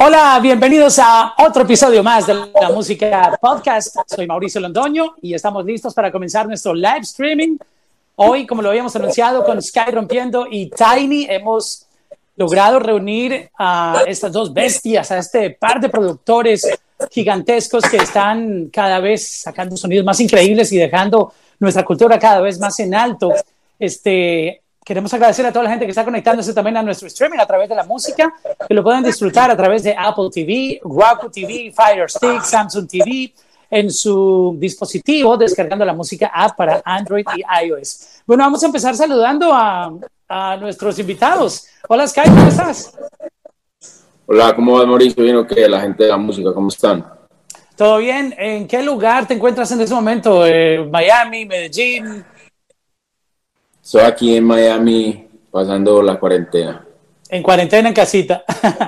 Hola, bienvenidos a otro episodio más de la Música Podcast. Soy Mauricio Londoño y estamos listos para comenzar nuestro live streaming. Hoy, como lo habíamos anunciado, con Sky Rompiendo y Tiny, hemos logrado reunir a estas dos bestias, a este par de productores gigantescos que están cada vez sacando sonidos más increíbles y dejando nuestra cultura cada vez más en alto. Queremos agradecer a toda la gente que está conectándose también a nuestro streaming a través de la música, que lo pueden disfrutar a través de Apple TV, Roku TV, Fire Stick, Samsung TV, en su dispositivo, descargando la música app para Android y iOS. Bueno, vamos a empezar saludando a nuestros invitados. Hola, Sky, ¿cómo estás? Hola, ¿cómo va, Mauricio? Bien, ¿qué? La gente de la música, ¿cómo están? ¿Todo bien? ¿En qué lugar te encuentras en este momento? ¿Miami, Medellín? Estoy aquí en Miami pasando la cuarentena. En cuarentena, en casita.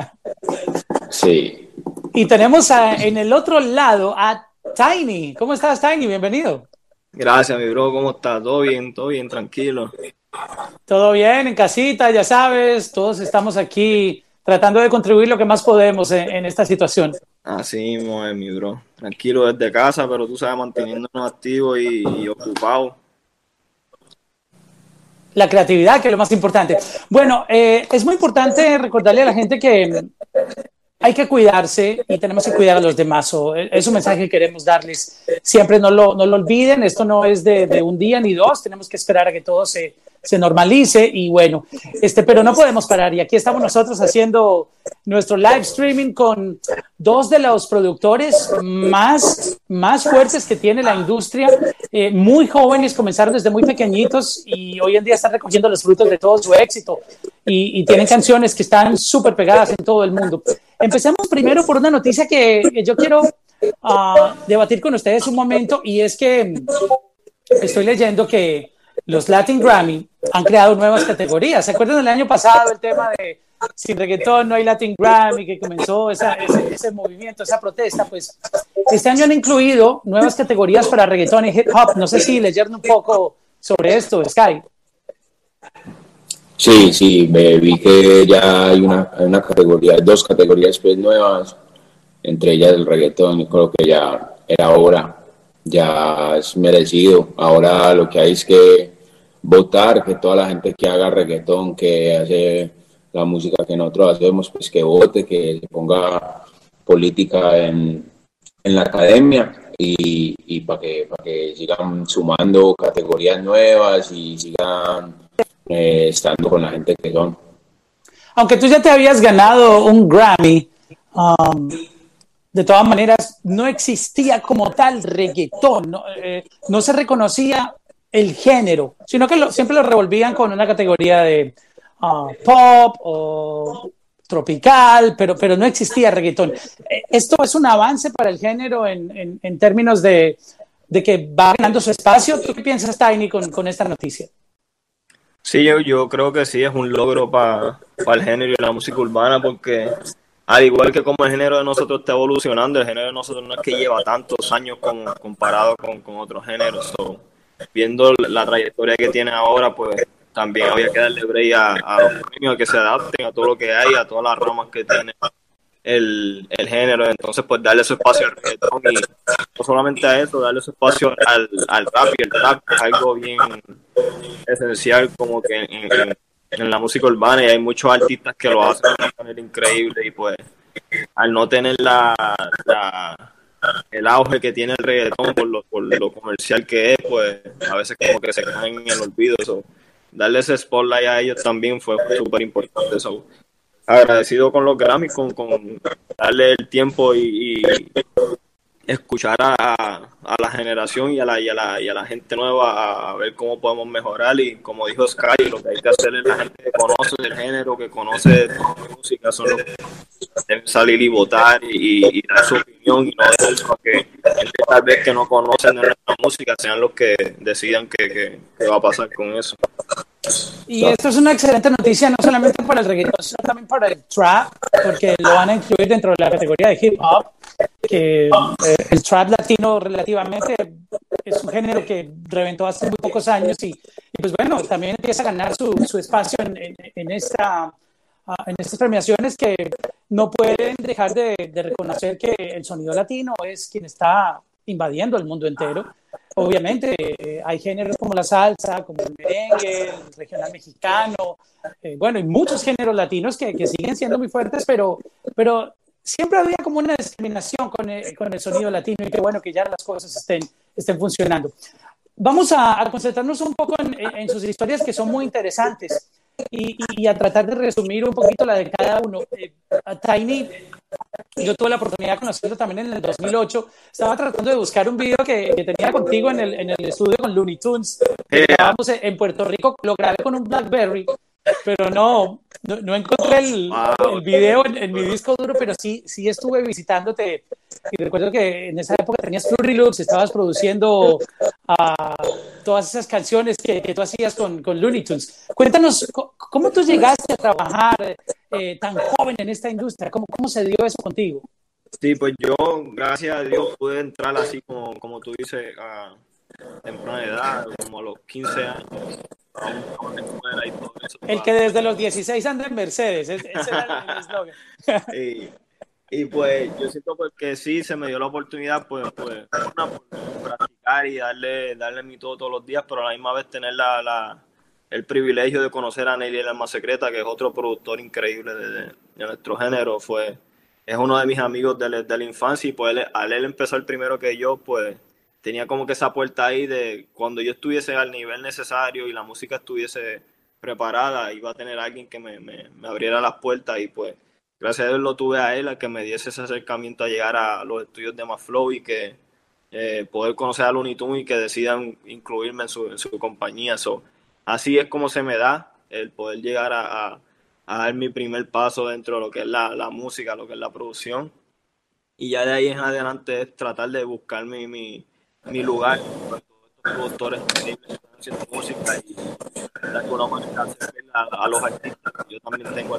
Sí. Y tenemos en el otro lado a Tiny. ¿Cómo estás, Tiny? Bienvenido. Gracias, mi bro. ¿Cómo estás? Todo bien, tranquilo. Todo bien, en casita, ya sabes. Todos estamos aquí tratando de contribuir lo que más podemos en esta situación. Así mismo es, mi bro. Tranquilo desde casa, pero tú sabes, manteniéndonos activos y ocupados. La creatividad, que es lo más importante. Bueno, es muy importante recordarle a la gente que hay que cuidarse y tenemos que cuidar a los demás. Es un mensaje que queremos darles. Siempre no lo olviden. Esto no es de un día ni dos. Tenemos que esperar a que todo se normalice y bueno, pero no podemos parar. Y aquí estamos nosotros haciendo nuestro live streaming con dos de los productores más fuertes que tiene la industria. Muy jóvenes, comenzaron desde muy pequeñitos y hoy en día están recogiendo los frutos de todo su éxito y tienen canciones que están súper pegadas en todo el mundo. Empecemos primero por una noticia que yo quiero debatir con ustedes un momento, y es que estoy leyendo que los Latin Grammy han creado nuevas categorías. ¿Se acuerdan del año pasado el tema de sin reggaetón no hay Latin Grammy, que comenzó ese movimiento, esa protesta? Pues este año han incluido nuevas categorías para reggaetón y hip hop. No sé si leyeron un poco sobre esto, Sky. Sí, me vi que ya hay una categoría, dos categorías pues nuevas, entre ellas el reggaetón, y creo que ya era hora, ya es merecido. Ahora lo que hay es que votar, que toda la gente que haga reggaetón, que hace la música que nosotros hacemos, pues que vote, que se ponga política en la academia y para que sigan sumando categorías nuevas y sigan estando con la gente que son. Aunque tú ya te habías ganado un Grammy, de todas maneras no existía como tal reggaetón, no se reconocía el género, sino que siempre lo revolvían con una categoría de pop o tropical, pero no existía reggaetón. Esto es un avance para el género en términos de que va ganando su espacio. ¿Tú qué piensas, Tiny, con esta noticia? Sí, yo creo que sí, es un logro para el género y la música urbana, porque al igual que como el género de nosotros está evolucionando, el género de nosotros no es que lleva tantos años comparado con otros géneros. Viendo la trayectoria que tiene ahora, pues también había que darle break a los premios, a que se adapten a todo lo que hay, a todas las ramas que tiene el género. Entonces, pues darle su espacio al reggaetón y no solamente a eso, darle su espacio al rap, y el rap es algo bien esencial como que en la música urbana, y hay muchos artistas que lo hacen de una manera increíble, y pues al no tener el auge que tiene el reggaetón por lo comercial que es, pues a veces como que se caen en el olvido. Darle ese spotlight a ellos también fue súper importante. Agradecido con los Grammys, con darle el tiempo y escuchar a la generación y a la gente nueva, a ver cómo podemos mejorar. Y como dijo Sky, lo que hay que hacer es la gente que conoce el género, que conoce la música, son los que deben salir y votar y dar su opinión, y no dejar para que gente tal vez que no conocen de nuestra música sean los que decidan qué va a pasar con eso. Y esto es una excelente noticia, no solamente para el reggaetón, sino también para el trap, porque lo van a incluir dentro de la categoría de hip hop, que el trap latino relativamente es un género que reventó hace muy pocos años y pues bueno, también empieza a ganar su espacio en esta en estas premiaciones que no pueden dejar de reconocer que el sonido latino es quien está invadiendo el mundo entero. Obviamente hay géneros como la salsa, como el merengue, el regional mexicano, bueno, y muchos géneros latinos que siguen siendo muy fuertes, pero siempre había como una discriminación con el sonido latino y qué bueno que ya las cosas estén funcionando. Vamos a concentrarnos un poco en sus historias que son muy interesantes y a tratar de resumir un poquito la de cada uno. A Tiny, yo tuve la oportunidad de conocerlo también en el 2008. Estaba tratando de buscar un video que tenía contigo en el estudio con Looney Tunes. Estábamos en Puerto Rico, lo grabé con un BlackBerry, pero no encontré el video en mi disco duro, pero sí estuve visitándote. Y recuerdo que en esa época tenías Fruity Loops, estabas produciendo todas esas canciones que tú hacías con Looney Tunes. Cuéntanos, ¿cómo tú llegaste a trabajar tan joven en esta industria? ¿Cómo se dio eso contigo? Sí, pues yo, gracias a Dios, pude entrar así como tú dices, a temprana edad, como a los 15 años. Y todo eso, el que desde los 16 anda en Mercedes, ese era el eslogan. Y pues yo siento pues que sí, se me dio la oportunidad pues por practicar y darle mi todo todos los días, pero a la misma vez tener el privilegio de conocer a Nelly el Alma Secreta, que es otro productor increíble de nuestro género. Es uno de mis amigos de la infancia, y pues al él empezar primero que yo, pues tenía como que esa puerta ahí de cuando yo estuviese al nivel necesario y la música estuviese preparada, iba a tener alguien que me abriera las puertas. Y pues gracias a Dios lo tuve a él, a que me diese ese acercamiento a llegar a los estudios de Maflow y que poder conocer a Looney Tunes y que decidan incluirme en su compañía. Así es como se me da el poder llegar a dar mi primer paso dentro de lo que es la música, lo que es la producción. Y ya de ahí en adelante es tratar de buscar mi lugar con todos estos productores increíbles que están haciendo música y de alguna manera hacerle a los artistas. Yo también tengo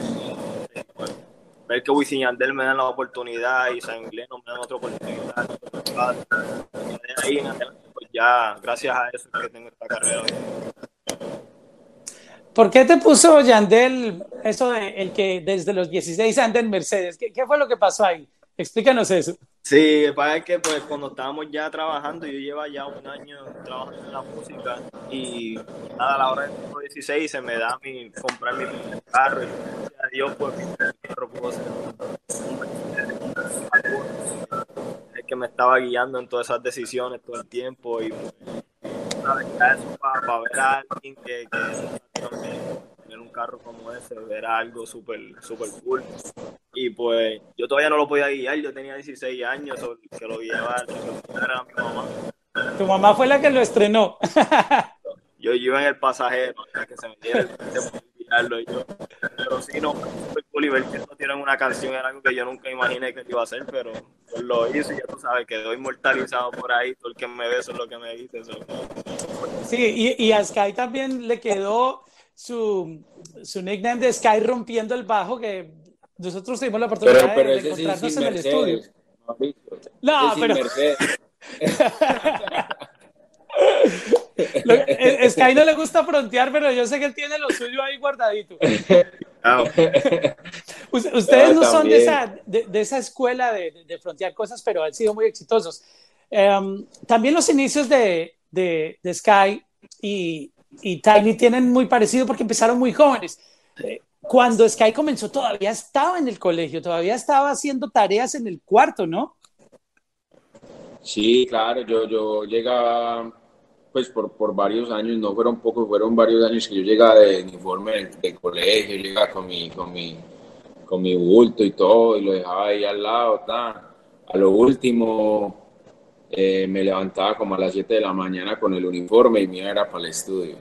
ver que Wisin y Yandel me dan la oportunidad y San Gleno me dan otra oportunidad. Y de ahí en adelante, pues ya, gracias a eso es que tengo esta carrera. ¿Por qué te puso Yandel eso de el que desde los 16 anda en Mercedes? ¿Qué fue lo que pasó ahí? Explícanos eso. Sí, el pasa es que pues cuando estábamos ya trabajando, yo llevaba ya un año trabajando en la música y nada, a la hora de los 16 se me da comprar mi primer carro y gracias a Dios pues mi primer carro pudo ser un el que me estaba guiando en todas esas decisiones todo el tiempo. Y pues, una vez eso para ver a alguien que tener un carro como ese, era algo súper cool. Y pues yo todavía no lo podía guiar, yo tenía 16 años, que lo guiaba era mi mamá. Tu mamá fue la que lo estrenó. Yo iba en el pasajero, hasta que se me diera el tiempo de guiarlo y yo. Pero sí, no, fue súper cool, y ver que no tienen una canción era algo que yo nunca imaginé que iba a hacer, pero pues lo hizo y ya tú sabes, quedó inmortalizado por ahí. Todo el que me ve, eso es lo que me dice. Sí, y a Sky también le quedó su nickname de Sky rompiendo el bajo, que nosotros tuvimos la oportunidad de encontrarnos en el estudio. No, pero Sky no le gusta frontear, pero yo sé que él tiene lo suyo ahí guardadito. Ustedes no son de esa escuela de frontear cosas, pero han sido muy exitosos. También los inicios de Sky y Tiny tienen muy parecido porque empezaron muy jóvenes. Cuando Sky comenzó todavía estaba en el colegio, todavía estaba haciendo tareas en el cuarto, ¿no? Sí, claro, yo llegaba pues por varios años, no fueron pocos, fueron varios años que yo llegaba de uniforme del colegio, llegaba con mi bulto y todo, y lo dejaba ahí al lado, A lo último me levantaba como a las 7 de la mañana con el uniforme y me iba era para el estudio.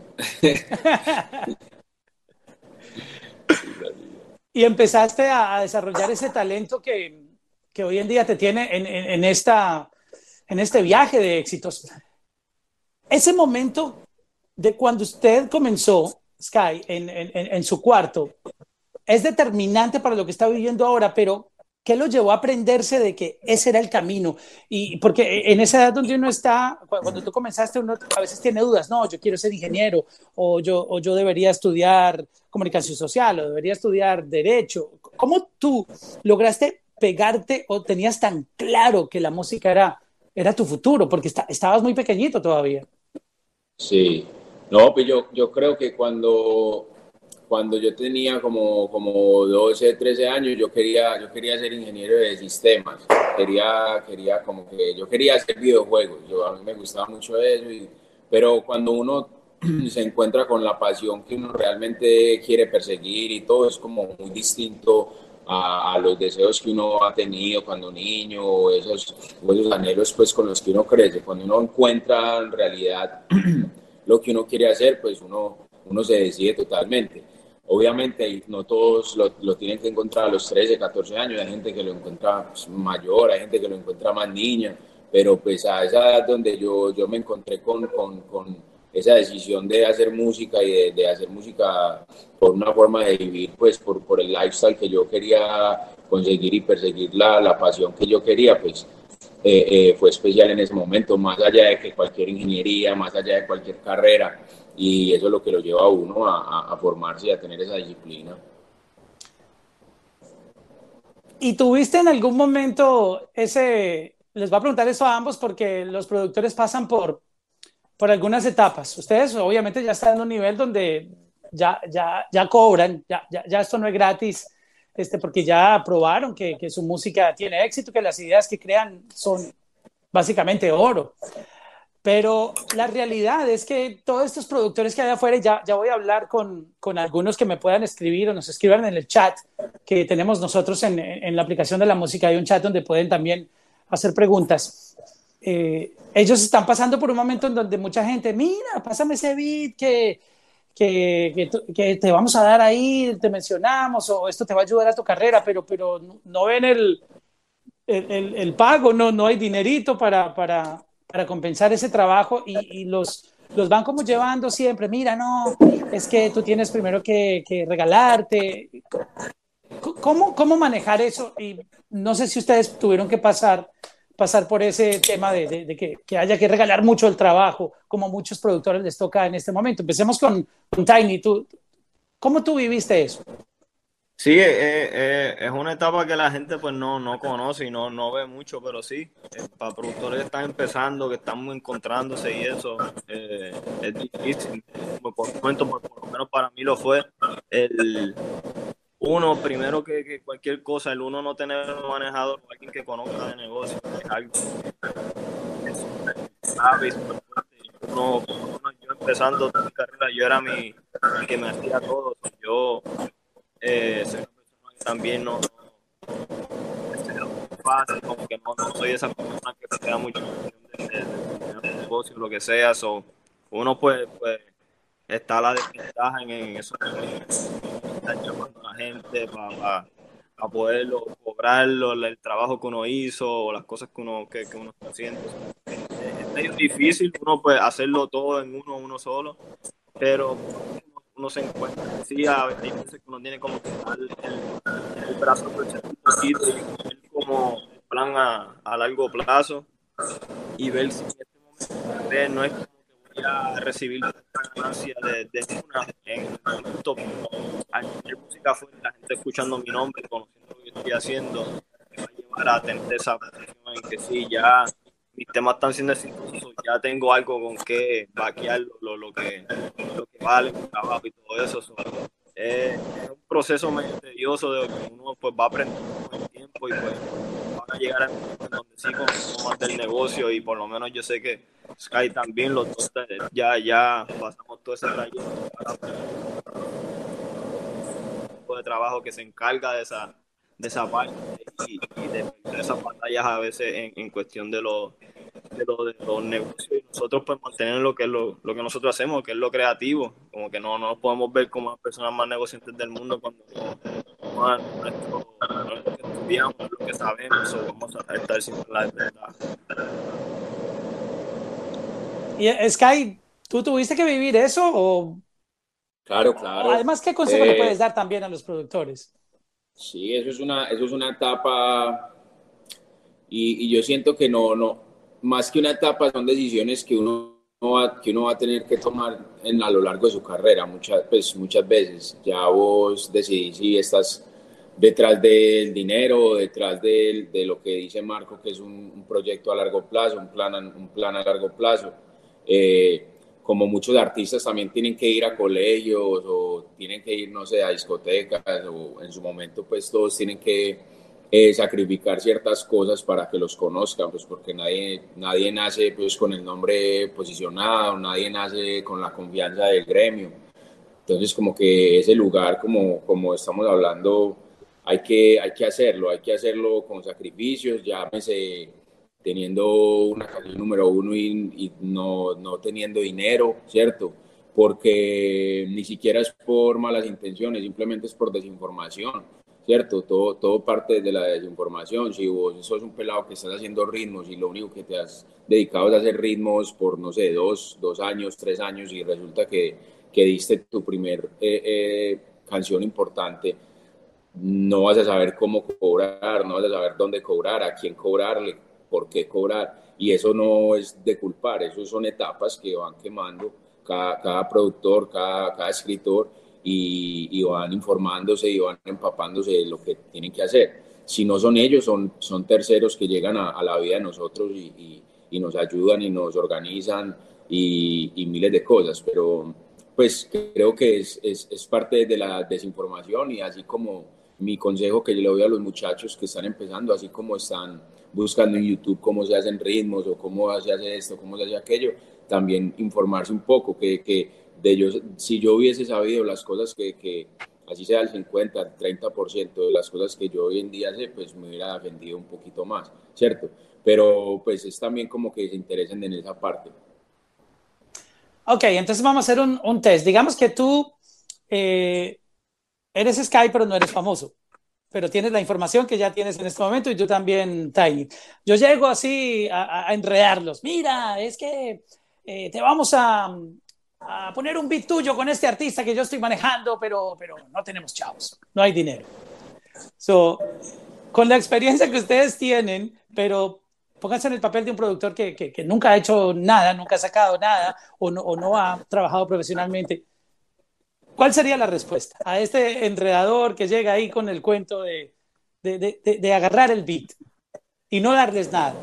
Y empezaste a desarrollar ese talento que hoy en día te tiene en este viaje de éxitos. Ese momento de cuando usted comenzó, Sky, en su cuarto, es determinante para lo que está viviendo ahora, pero ¿qué lo llevó a aprenderse de que ese era el camino? Y porque en esa edad donde uno está, cuando tú comenzaste, uno a veces tiene dudas, no, yo quiero ser ingeniero, o yo debería estudiar comunicación social, o debería estudiar derecho. ¿Cómo tú lograste pegarte o tenías tan claro que la música era tu futuro? Porque estabas muy pequeñito todavía. Sí, no, pues yo creo que cuando yo tenía como 12 13 años, yo quería ser ingeniero de sistemas, quería como que yo quería hacer videojuegos, a mí me gustaba mucho eso, pero cuando uno se encuentra con la pasión que uno realmente quiere perseguir y todo es como muy distinto a los deseos que uno ha tenido cuando niño, o esos anhelos pues con los que uno crece, cuando uno encuentra en realidad lo que uno quiere hacer, pues uno se decide totalmente. Obviamente no todos lo tienen que encontrar a los 13, 14 años, hay gente que lo encuentra pues, mayor, hay gente que lo encuentra más niña, pero pues a esa edad donde yo me encontré con esa decisión de hacer música y de hacer música por una forma de vivir, pues por el lifestyle que yo quería conseguir y perseguir la pasión que yo quería, pues fue especial en ese momento, más allá de que cualquier ingeniería, más allá de cualquier carrera, y eso es lo que lo lleva a uno a formarse y a tener esa disciplina. ¿Y tuviste en algún momento les voy a preguntar eso a ambos porque los productores pasan por algunas etapas? Ustedes obviamente ya están en un nivel donde ya cobran, ya esto no es gratis, porque ya probaron que su música tiene éxito, que las ideas que crean son básicamente oro. Pero la realidad es que todos estos productores que hay afuera, ya voy a hablar con algunos que me puedan escribir o nos escriban en el chat que tenemos nosotros en la aplicación de la música. Hay un chat donde pueden también hacer preguntas. Ellos están pasando por un momento en donde mucha gente, mira, pásame ese beat que te vamos a dar ahí, te mencionamos, o esto te va a ayudar a tu carrera, pero no ven el pago, no hay dinerito para compensar ese trabajo y los van como llevando siempre, mira, no, es que tú tienes primero que regalarte. ¿Cómo manejar eso? Y no sé si ustedes tuvieron que pasar por ese tema de que haya que regalar mucho el trabajo, como muchos productores les toca en este momento. Empecemos con Tiny. ¿Cómo tú viviste eso? Sí, es una etapa que la gente pues no conoce y no ve mucho, pero sí, para productores que están empezando, que están encontrándose y eso, es difícil. Por momento, por lo menos para mí lo fue. El uno, primero que cualquier cosa, el uno no tener un manejador o alguien que conozca de negocio, es algo que es clave y súper fuerte. Yo empezando mi carrera, yo era el que me hacía todo. Yo soy una persona que también no es fácil, como que no soy esa persona que se da mucho de negocio, lo que sea. So, uno pues está a la desventaja en esos momentos, estar llamando a la gente para poderlo cobrarlo, el trabajo que uno hizo o las cosas que uno está haciendo. Es medio difícil uno pues hacerlo todo en uno solo, pero uno se encuentra, sí, hay veces que uno tiene como que dar el brazo por un poquito y ver como el plan a largo plazo y ver si en este momento tal vez no es como que voy a recibir tanta ganancia de una en el momento, al tener música afuera, la gente escuchando mi nombre, conociendo lo que estoy haciendo, me va a llevar a tener esa posición en que sí, ya mis temas están siendo exitosos, ya tengo algo con que vaquear lo que vale mi trabajo y todo eso. Es un proceso medio tedioso de que uno pues va aprendiendo con el tiempo y pues van a llegar al momento en donde sí conocemos más del negocio y por lo menos yo sé que Sky también los dos ya pasamos todo ese trayecto de trabajo que se encarga de esa parte y de esas batallas a veces en cuestión de los negocios y nosotros pues mantener lo que es lo que nosotros hacemos, que es lo creativo, como que no nos podemos ver como las personas más negociantes del mundo cuando no es lo que estudiamos, no es lo que sabemos o vamos a estar siempre en la desventaja. Y Sky, ¿tú tuviste que vivir eso? Claro, O claro. además, ¿qué consejo le puedes dar también a los productores? Sí, eso es una etapa y yo siento que más que una etapa son decisiones que uno va a tener que tomar a lo largo de su carrera, muchas veces. Ya vos decidís si estás detrás del dinero o detrás de lo que dice Marco, que es un proyecto a largo plazo, un plan a largo plazo. Eh, Como muchos artistas también tienen que ir a colegios o tienen que ir, no sé, a discotecas o en su momento pues todos tienen que sacrificar ciertas cosas para que los conozcan, pues porque nadie nace pues con el nombre posicionado, nadie nace con la confianza del gremio. Entonces como que ese lugar, como estamos hablando, hay que hacerlo con sacrificios, llámese teniendo una canción número uno y no teniendo dinero, ¿cierto? Porque ni siquiera es por malas intenciones, simplemente es por desinformación, ¿cierto? Todo parte de la desinformación. Si vos sos un pelado que estás haciendo ritmos y lo único que te has dedicado es a hacer ritmos por, no sé, 2 años, 3 años y resulta que diste tu primer canción importante, no vas a saber cómo cobrar, no vas a saber dónde cobrar, a quién cobrarle, por qué cobrar. Y eso no es de culpar, eso son etapas que van quemando cada productor, cada escritor y van informándose y van empapándose de lo que tienen que hacer. Si no son ellos, son terceros que llegan a la vida de nosotros y nos ayudan y nos organizan y miles de cosas, pero pues creo que es parte de la desinformación y así como mi consejo que yo le doy a los muchachos que están empezando, así como están buscando en YouTube cómo se hacen ritmos o cómo se hace esto, cómo se hace aquello, también informarse un poco, que de ellos, si yo hubiese sabido las cosas que así sea el 50, el 30% de las cosas que yo hoy en día sé, pues me hubiera defendido un poquito más, ¿cierto? Pero pues es también como que se interesen en esa parte. Ok, entonces vamos a hacer un test. Digamos que tú eh, eres Sky, pero no eres famoso. Pero tienes la información que ya tienes en este momento y tú también, Tiny. Yo llego así a enredarlos. Mira, es que te vamos a poner un beat tuyo con este artista que yo estoy manejando, pero no tenemos chavos, no hay dinero. So, con la experiencia que ustedes tienen, pero pónganse en el papel de un productor que nunca ha hecho nada, nunca ha sacado nada o no ha trabajado profesionalmente. ¿Cuál sería la respuesta a este enredador que llega ahí con el cuento de agarrar el beat y no darles nada?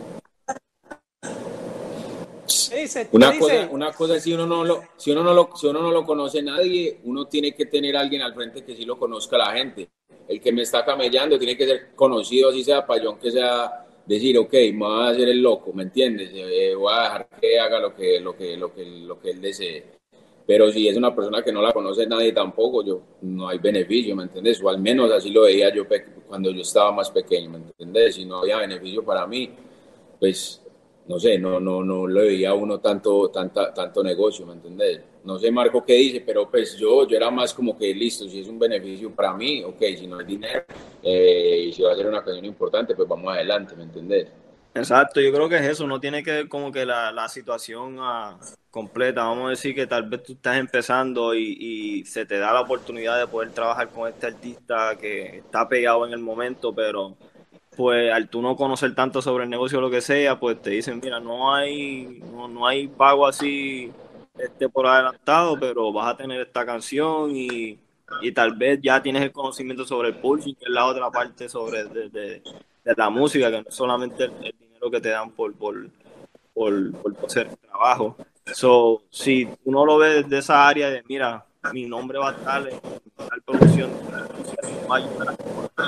¿Qué dice? ¿Qué dice? Una cosa es si uno no lo conoce nadie, uno tiene que tener a alguien al frente que sí lo conozca a la gente. El que me está camellando tiene que ser conocido, así sea payón, que sea decir, ok, me voy a hacer el loco, ¿me entiendes? Voy a dejar que haga lo que él desee. Pero si es una persona que no la conoce nadie tampoco, no hay beneficio, ¿me entiendes? O al menos así lo veía yo cuando yo estaba más pequeño, ¿me entiendes? Si no había beneficio para mí, pues no sé, no le veía a uno tanto negocio, ¿me entendés? No sé, Marco, qué dice, pero pues yo era más como que listo, si es un beneficio para mí, ok, si no hay dinero y si va a ser una canción importante, pues vamos adelante, ¿me entendés? Exacto, yo creo que es eso, uno tiene que ver como que la situación completa, vamos a decir que tal vez tú estás empezando y se te da la oportunidad de poder trabajar con este artista que está pegado en el momento, pero pues al tú no conocer tanto sobre el negocio o lo que sea, pues te dicen, mira, no hay pago así por adelantado, pero vas a tener esta canción y tal vez ya tienes el conocimiento sobre el publishing, que es la otra parte sobre de la música, que no es solamente el dinero que te dan por hacer el trabajo. So, si uno lo ve desde esa área de, mira, mi nombre va a estar en tal producción, va a ayudar a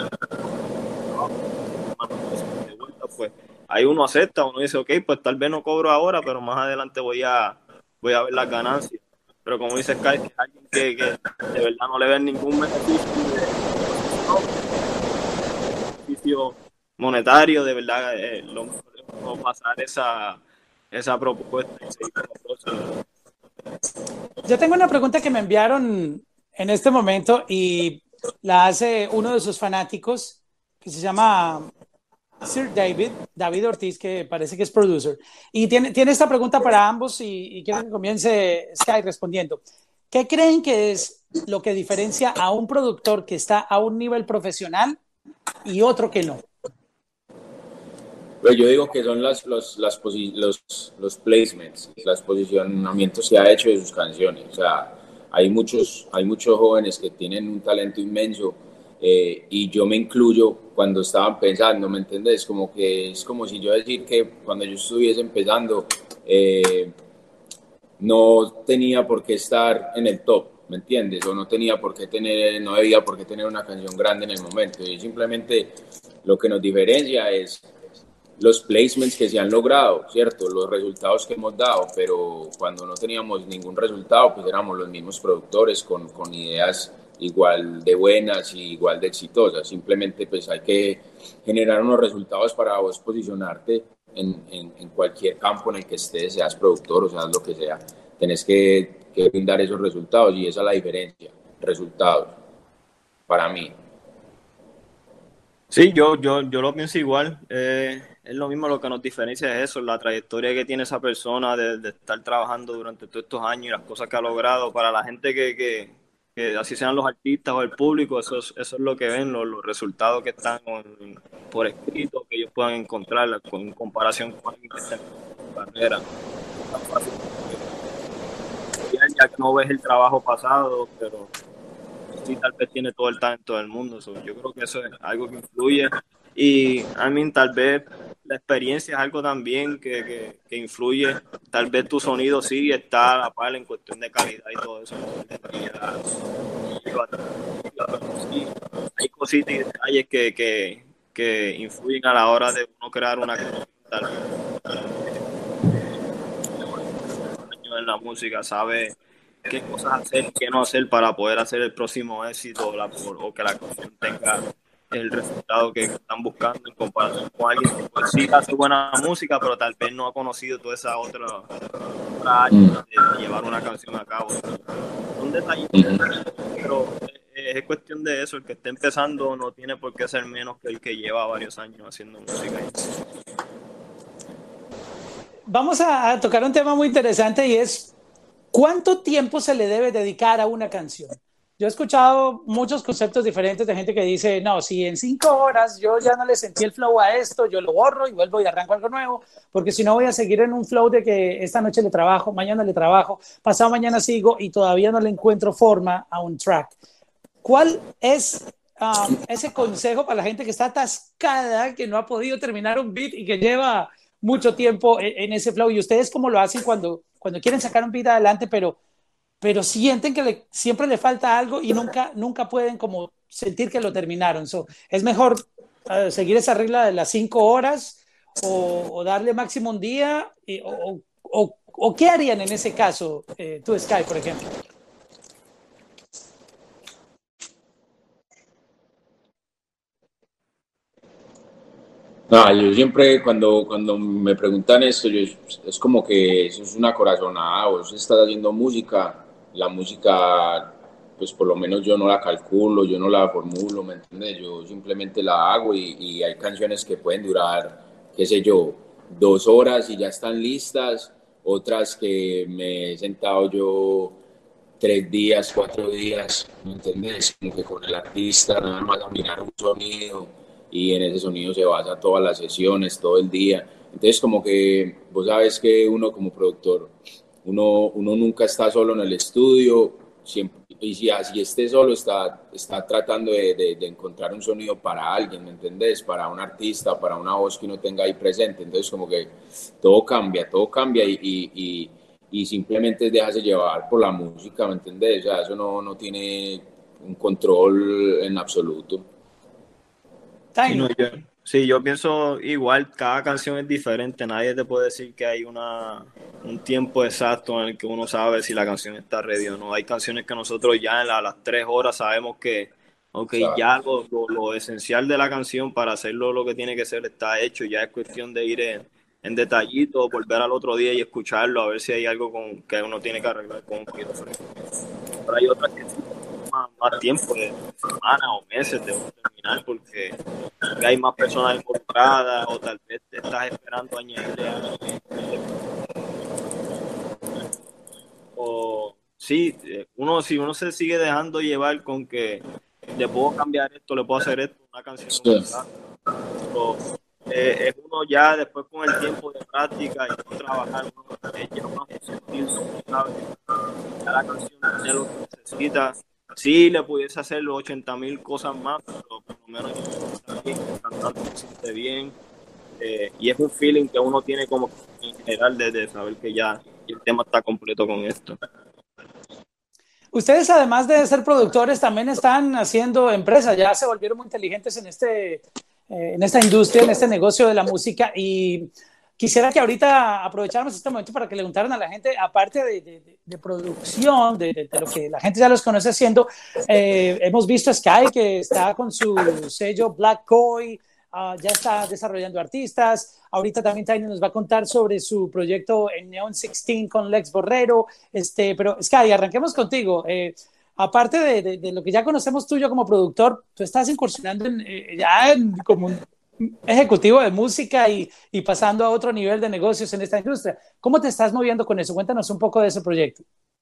de vuelta, pues ahí uno acepta, uno dice, ok, pues tal vez no cobro ahora, pero más adelante voy a ver las ganancias. Pero como dice Sky, es alguien que de verdad no le ven ningún beneficio monetario, de verdad, lo mejor es no pasar esa propuesta y seguir con los próximos. Yo tengo una pregunta que me enviaron en este momento y la hace uno de sus fanáticos que se llama Sir David Ortiz, que parece que es producer. Y tiene esta pregunta para ambos y quiero que comience Sky respondiendo. ¿Qué creen que es lo que diferencia a un productor que está a un nivel profesional y otro que no? Pues yo digo que son los placements, los posicionamientos que ha hecho de sus canciones. O sea, hay muchos jóvenes que tienen un talento inmenso, y yo me incluyo cuando estaban pensando, ¿me entiendes? Como que es como si yo decir que cuando yo estuviese empezando, no tenía por qué estar en el top, ¿me entiendes? O no tenía por qué tener, no debía por qué tener una canción grande en el momento. Y simplemente lo que nos diferencia es los placements que se han logrado, ¿cierto? Los resultados que hemos dado, pero cuando no teníamos ningún resultado, pues éramos los mismos productores con ideas igual de buenas y igual de exitosas. Simplemente pues hay que generar unos resultados para vos posicionarte en cualquier campo en el que estés, seas productor o seas lo que sea. Tenés que brindar esos resultados y esa es la diferencia, resultados, para mí. Sí, yo lo pienso igual. Es lo mismo, lo que nos diferencia es eso, la trayectoria que tiene esa persona de estar trabajando durante todos estos años y las cosas que ha logrado. Para la gente que así sean los artistas o el público, eso es lo que ven, los resultados que están por escrito, que ellos puedan encontrar en comparación con alguien que está en su carrera. Es tan fácil ya que no ves el trabajo pasado, pero sí tal vez tiene todo el talento del mundo. So, yo creo que eso es algo que influye. Y tal vez la experiencia es algo también que influye. Tal vez tu sonido sí está a la par en cuestión de calidad y todo eso. Pero sí, hay cositas y detalles que influyen a la hora de uno crear una canción. Tal vez en la música sabe qué cosas hacer y qué no hacer para poder hacer el próximo éxito o que la canción tenga el resultado que están buscando en comparación con alguien que pues sí hace buena música, pero tal vez no ha conocido toda esa otra área de llevar una canción a cabo. Son detalles, pero es cuestión de eso. El que esté empezando no tiene por qué ser menos que el que lleva varios años haciendo música. Vamos a tocar un tema muy interesante y es ¿cuánto tiempo se le debe dedicar a una canción? Yo he escuchado muchos conceptos diferentes de gente que dice, no, si en 5 horas yo ya no le sentí el flow a esto, yo lo borro y vuelvo y arranco algo nuevo, porque si no voy a seguir en un flow de que esta noche le trabajo, mañana le trabajo, pasado mañana sigo y todavía no le encuentro forma a un track. ¿Cuál es ese consejo para la gente que está atascada, que no ha podido terminar un beat y que lleva mucho tiempo en ese flow? ¿Y ustedes cómo lo hacen cuando quieren sacar un beat adelante, pero sienten que siempre le falta algo y nunca pueden como sentir que lo terminaron? So, ¿es mejor seguir esa regla de las 5 horas o darle máximo un día? O qué harían en ese caso, tú, Sky, por ejemplo? No, yo siempre cuando me preguntan esto, es como que eso es una corazonada, vos estás haciendo música, la música, pues por lo menos yo no la calculo, yo no la formulo, ¿me entiendes? Yo simplemente la hago y hay canciones que pueden durar, qué sé yo, 2 horas y ya están listas, otras que me he sentado yo 3 días, 4 días, ¿me entendés? Como que con el artista nada más a mirar un sonido y en ese sonido se basa todas las sesiones, todo el día. Entonces como que vos sabes que uno como productor, uno nunca está solo en el estudio, siempre, y si así esté solo, está tratando de encontrar un sonido para alguien, ¿me entendés? Para un artista, para una voz que uno tenga ahí presente. Entonces como que todo cambia y simplemente déjase llevar por la música, ¿me entendés? O sea, eso no tiene un control en absoluto. Sí, no, Tiny. yo pienso igual, cada canción es diferente, nadie te puede decir que hay un tiempo exacto en el que uno sabe si la canción está ready o no. Hay canciones que nosotros ya a las 3 horas sabemos que, ok, O sea, ya lo esencial de la canción para hacerlo lo que tiene que ser está hecho, ya es cuestión de ir en detallito, volver al otro día y escucharlo, a ver si hay algo que uno tiene que arreglar con un poquito fresco. Pero hay otras que sí más tiempo, de semanas o meses de terminar, porque hay más personas involucradas o tal vez te estás esperando añadirle algo o sí, si uno se sigue dejando llevar con que le puedo cambiar esto, le puedo hacer esto, una canción Sí. no está. Pero, es uno ya después con el tiempo de práctica y no trabajar, uno ya uno hace sentido, uno sabe, ya la canción tiene lo que necesita. Sí, le pudiese hacer los 80,000 cosas más, pero por lo menos yo me siento bien, el cantante se siente bien, y es un feeling que uno tiene como en general de saber que ya el tema está completo con esto. Ustedes, además de ser productores, también están haciendo empresas, ya se volvieron muy inteligentes en esta industria, en este negocio de la música. Y quisiera que ahorita aprovecháramos este momento para que le preguntaran a la gente, aparte de producción, de lo que la gente ya los conoce haciendo, hemos visto a Sky, que está con su sello Black Koi, ya está desarrollando artistas. Ahorita también Tiny nos va a contar sobre su proyecto en Neon 16 con Lex Borrero. Pero Sky, arranquemos contigo. Aparte de lo que ya conocemos tuyo como productor, tú estás incursionando como un ejecutivo de música y pasando a otro nivel de negocios en esta industria. ¿Cómo te estás moviendo con eso? Cuéntanos un poco de ese proyecto.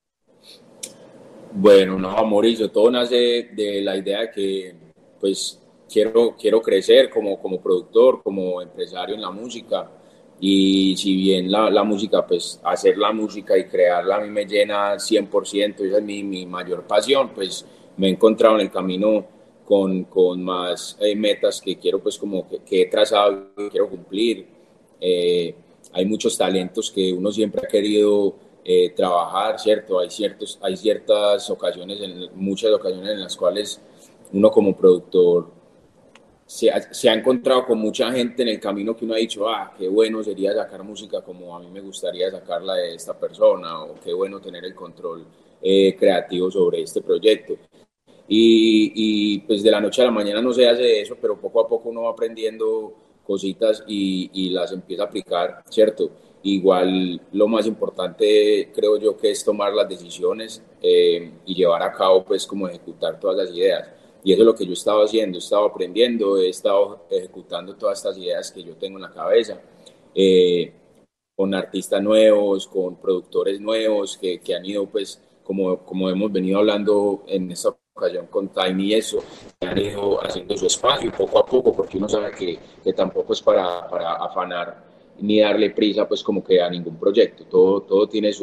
Bueno, no, Mauricio, todo nace de la idea de que pues quiero crecer como productor, como empresario en la música. Y si bien la música, pues hacer la música y crearla a mí me llena 100%, esa es mi mayor pasión, pues me he encontrado en el camino con más metas que quiero, pues como que he trazado y quiero cumplir. Hay muchos talentos que uno siempre ha querido trabajar, ¿cierto? Hay ciertas ocasiones, muchas ocasiones en las cuales uno como productor se ha encontrado con mucha gente en el camino que uno ha dicho, qué bueno sería sacar música como a mí me gustaría sacarla de esta persona, o qué bueno tener el control creativo sobre este proyecto. Pues de la noche a la mañana no se hace eso, pero poco a poco uno va aprendiendo cositas y las empieza a aplicar, ¿cierto? Igual lo más importante creo yo que es tomar las decisiones y llevar a cabo pues como ejecutar todas las ideas. Y eso es lo que yo he estado haciendo, he estado aprendiendo, he estado ejecutando todas estas ideas que yo tengo en la cabeza, eh, con artistas nuevos, con productores nuevos que han ido pues como hemos venido hablando en esta ocasión con Tiny y eso, que han ido haciendo su espacio poco a poco, porque uno sabe que tampoco es para afanar ni darle prisa pues como que a ningún proyecto, todo tiene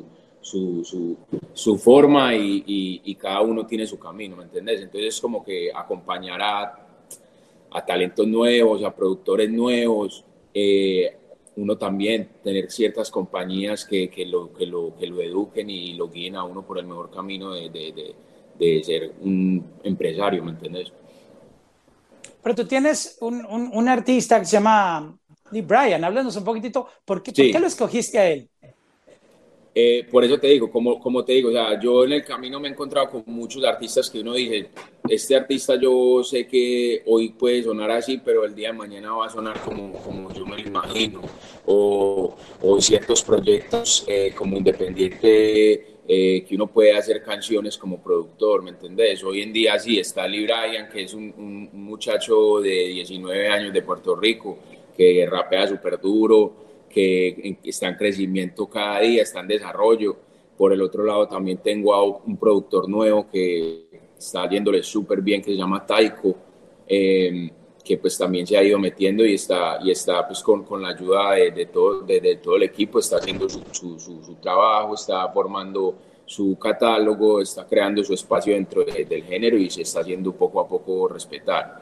su forma y cada uno tiene su camino, ¿me entendés? Entonces es como que acompañar a talentos nuevos, a productores nuevos, uno también tener ciertas compañías que lo eduquen y lo guíen a uno por el mejor camino de ser un empresario, ¿me entiendes? Pero tú tienes un artista que se llama Lee Bryan. Háblanos un poquitito, ¿por qué lo escogiste a él? Por eso te digo, como te digo, o sea, yo en el camino me he encontrado con muchos artistas que uno dice, este artista yo sé que hoy puede sonar así, pero el día de mañana va a sonar como yo me lo imagino. O ciertos proyectos como independiente que uno puede hacer canciones como productor, ¿me entendés? Hoy en día sí está Lee Bryan, que es un muchacho de 19 años de Puerto Rico, que rapea súper duro, que está en crecimiento cada día, está en desarrollo. Por el otro lado también tengo a un productor nuevo que está yéndole súper bien, que se llama Taiko, que pues también se ha ido metiendo y está pues con la ayuda de todo el equipo, está haciendo su trabajo, está formando su catálogo, está creando su espacio dentro del género y se está haciendo poco a poco respetar.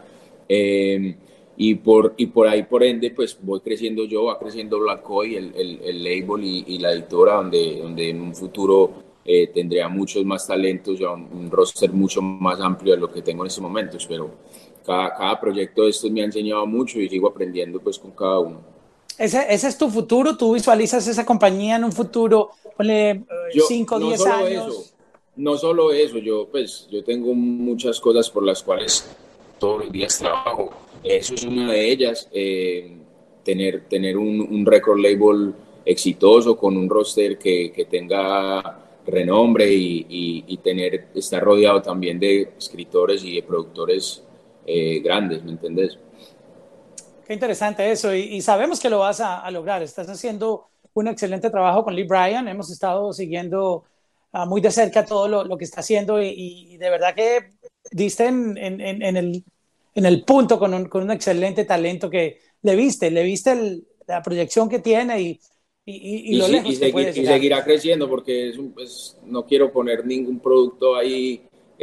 Y por ahí, por ende, pues voy creciendo yo, va creciendo Black Koi, el label y la editora, donde en un futuro tendría muchos más talentos, ya un roster mucho más amplio de lo que tengo en estos momentos, pero cada proyecto de estos me ha enseñado mucho y sigo aprendiendo pues con cada uno. ¿Ese es tu futuro? ¿Tú visualizas esa compañía en un futuro, ponle 5 o 10 años? Eso, no solo eso, yo tengo muchas cosas por las cuales todos los días trabajo. Eso es una de ellas, tener un record label exitoso con un roster que tenga renombre y estar rodeado también de escritores y de productores grandes, ¿me entendés? Qué interesante eso, y sabemos que lo vas a lograr. Estás haciendo un excelente trabajo con Lee Bryan. Hemos estado siguiendo muy de cerca todo lo que está haciendo y de verdad que diste en el punto con un excelente talento que le viste la proyección que tiene y lo sí, lejos que puede y llegar. seguirá creciendo porque no quiero poner ningún producto ahí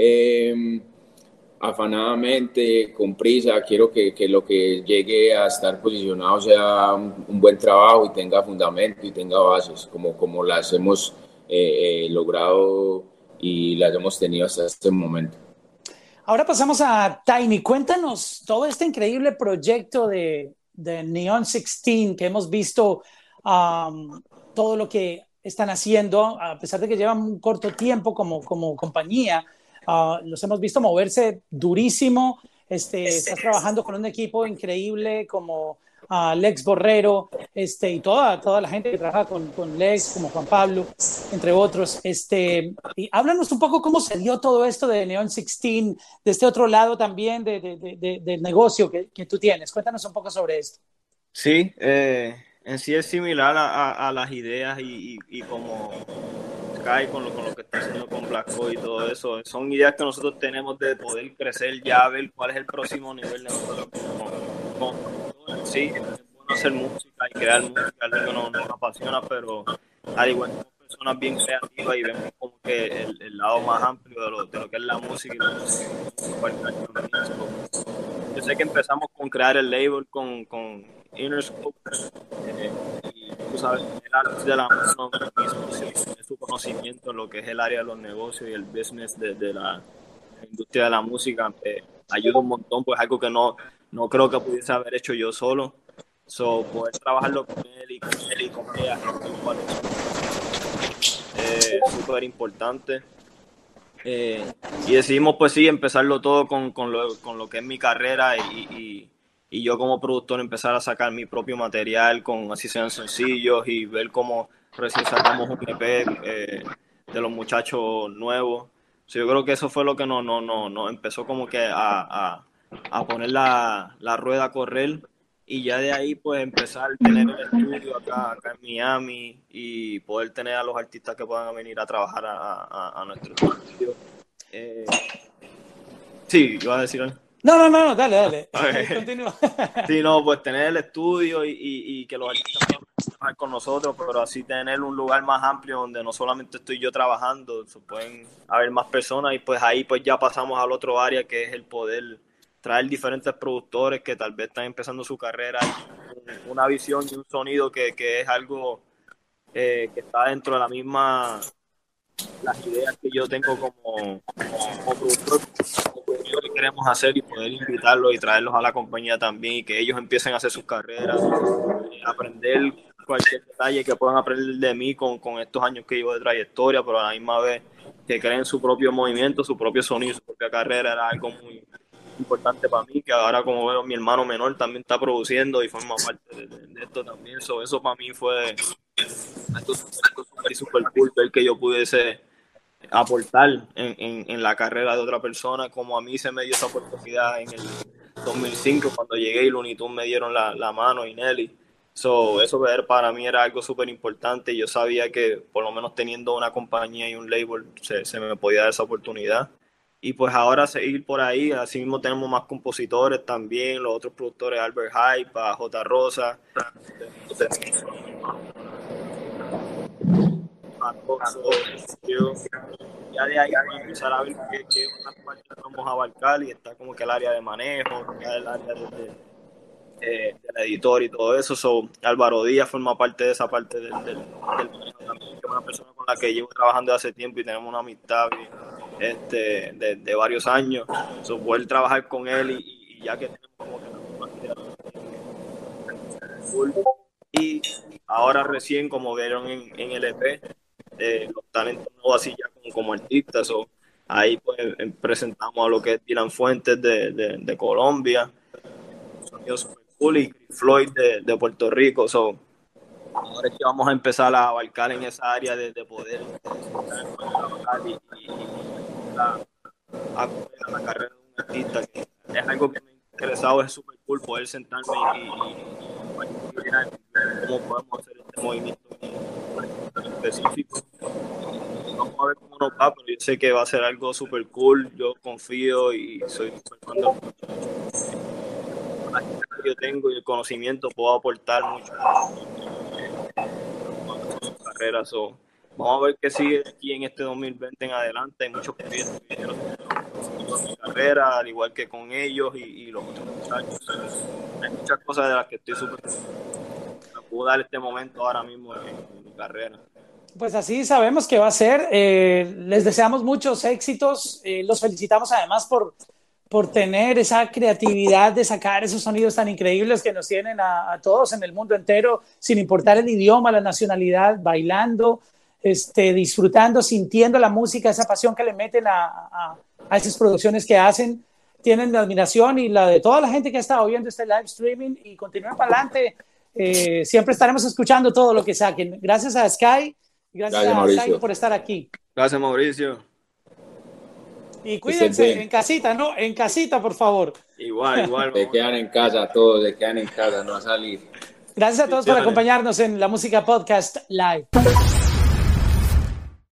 afanadamente, con prisa. Quiero que lo que llegue a estar posicionado sea un buen trabajo y tenga fundamento y tenga bases, como las hemos logrado y las hemos tenido hasta este momento. Ahora pasamos a Tiny. Cuéntanos todo este increíble proyecto de Neon 16 que hemos visto, todo lo que están haciendo, a pesar de que llevan un corto tiempo como compañía. Los hemos visto moverse durísimo. Estás trabajando con un equipo increíble como Lex Borrero, y toda la gente que trabaja con Lex, como Juan Pablo, entre otros. Y háblanos un poco cómo se dio todo esto de Neon 16, de este otro lado también del negocio que tú tienes. Cuéntanos un poco sobre esto. Sí, en sí es similar a las ideas y como Sky con lo que está haciendo con Black Hole y todo eso. Son ideas que nosotros tenemos de poder crecer ya, ver cuál es el próximo nivel de nosotros como productores. Sí, es bueno hacer música y crear música, algo que nos apasiona, pero al igual que somos personas bien creativas y vemos como que el lado más amplio de lo que es la música y la música yo sé que empezamos con crear el label con Interscope, y tú sabes, el de la mano tiene su conocimiento en lo que es el área de los negocios y el business de la industria de la música, ayuda un montón, pues algo que no creo que pudiese haber hecho yo solo. Poder trabajarlo con él y con ella es súper importante. Y decidimos, pues sí, empezarlo todo con lo que es mi carrera y yo como productor empezar a sacar mi propio material, con así sean sencillos y ver cómo recién sacamos un EP de los muchachos nuevos. Yo creo que eso fue lo que nos empezó como que a poner la rueda a correr y ya de ahí pues empezar a tener el estudio acá en Miami y poder tener a los artistas que puedan venir a trabajar a nuestro estudio. Sí, iba a decir algo. No, dale. Okay. Continúa. Sí, no, pues tener el estudio y que los artistas puedan trabajar con nosotros, pero así tener un lugar más amplio donde no solamente estoy yo trabajando, pueden haber más personas y pues ahí pues ya pasamos al otro área que es el poder traer diferentes productores que tal vez están empezando su carrera y una visión y un sonido que es algo que está dentro de la misma las ideas que yo tengo como productor, lo que queremos hacer y poder invitarlos y traerlos a la compañía también y que ellos empiecen a hacer sus carreras, aprender cualquier detalle que puedan aprender de mí con estos años que llevo de trayectoria, pero a la misma vez que creen su propio movimiento, su propio sonido, su propia carrera, era algo muy importante para mí, que ahora como veo mi hermano menor también está produciendo y forma parte de esto también, eso para mí fue algo super cool, ver que yo pudiese aportar en la carrera de otra persona, como a mí se me dio esa oportunidad en el 2005 cuando llegué y Looney Tunes me dieron la mano y Nelly. Eso para mí era algo súper importante. Yo sabía que por lo menos teniendo una compañía y un label se me podía dar esa oportunidad. Y pues ahora seguir por ahí, así mismo tenemos más compositores también, los otros productores, Albert Hype, J. Rosa, ya de ahí vamos a empezar a ver qué otras partes vamos a abarcar y está como que el área de manejo, el área del editor y todo eso. Álvaro Díaz forma parte de esa parte del manejo también, que es una persona con la que llevo trabajando hace tiempo y tenemos una amistad de varios años. Poder trabajar con él y ya que tenemos como que la misma idea. Y ahora recién, como vieron en el EP, los talentos nuevos así ya como artistas, ahí pues presentamos a lo que es Dylan Fuentes de Colombia, sonido super cool, y Floyd de Puerto Rico. Ahora es que vamos a empezar a abarcar en esa área de poder trabajar y a la carrera de un artista, que es algo que me ha interesado, es super cool poder sentarme y cómo podemos hacer este movimiento en específico. Vamos a ver nos va, pero yo sé que va a ser algo súper cool. Yo confío y soy súper fan de la gente que yo tengo y el conocimiento, puedo aportar mucho a su carrera. So, vamos a ver qué sigue aquí en este 2020 en adelante. Hay muchos proyectos que quiero hacer con mi carrera, al igual que con ellos y los otros muchachos. Hay muchas cosas de las que estoy súper... Me puedo dar este momento ahora mismo en mi carrera. Pues así sabemos que va a ser. Les deseamos muchos éxitos. Los felicitamos además por tener esa creatividad de sacar esos sonidos tan increíbles que nos tienen a todos en el mundo entero, sin importar el idioma, la nacionalidad, bailando, disfrutando, sintiendo la música, esa pasión que le meten a esas producciones que hacen. Tienen la admiración y la de toda la gente que ha estado viendo este live streaming y continúen para adelante. Siempre estaremos escuchando todo lo que saquen. Gracias a Sky. Gracias a Sky por estar aquí. Gracias, Mauricio. Y cuídense en casita, ¿no? En casita, por favor. Igual. Se quedan en casa, todos se quedan en casa, no a salir. Gracias a todos por acompañarnos en La Música Podcast Live.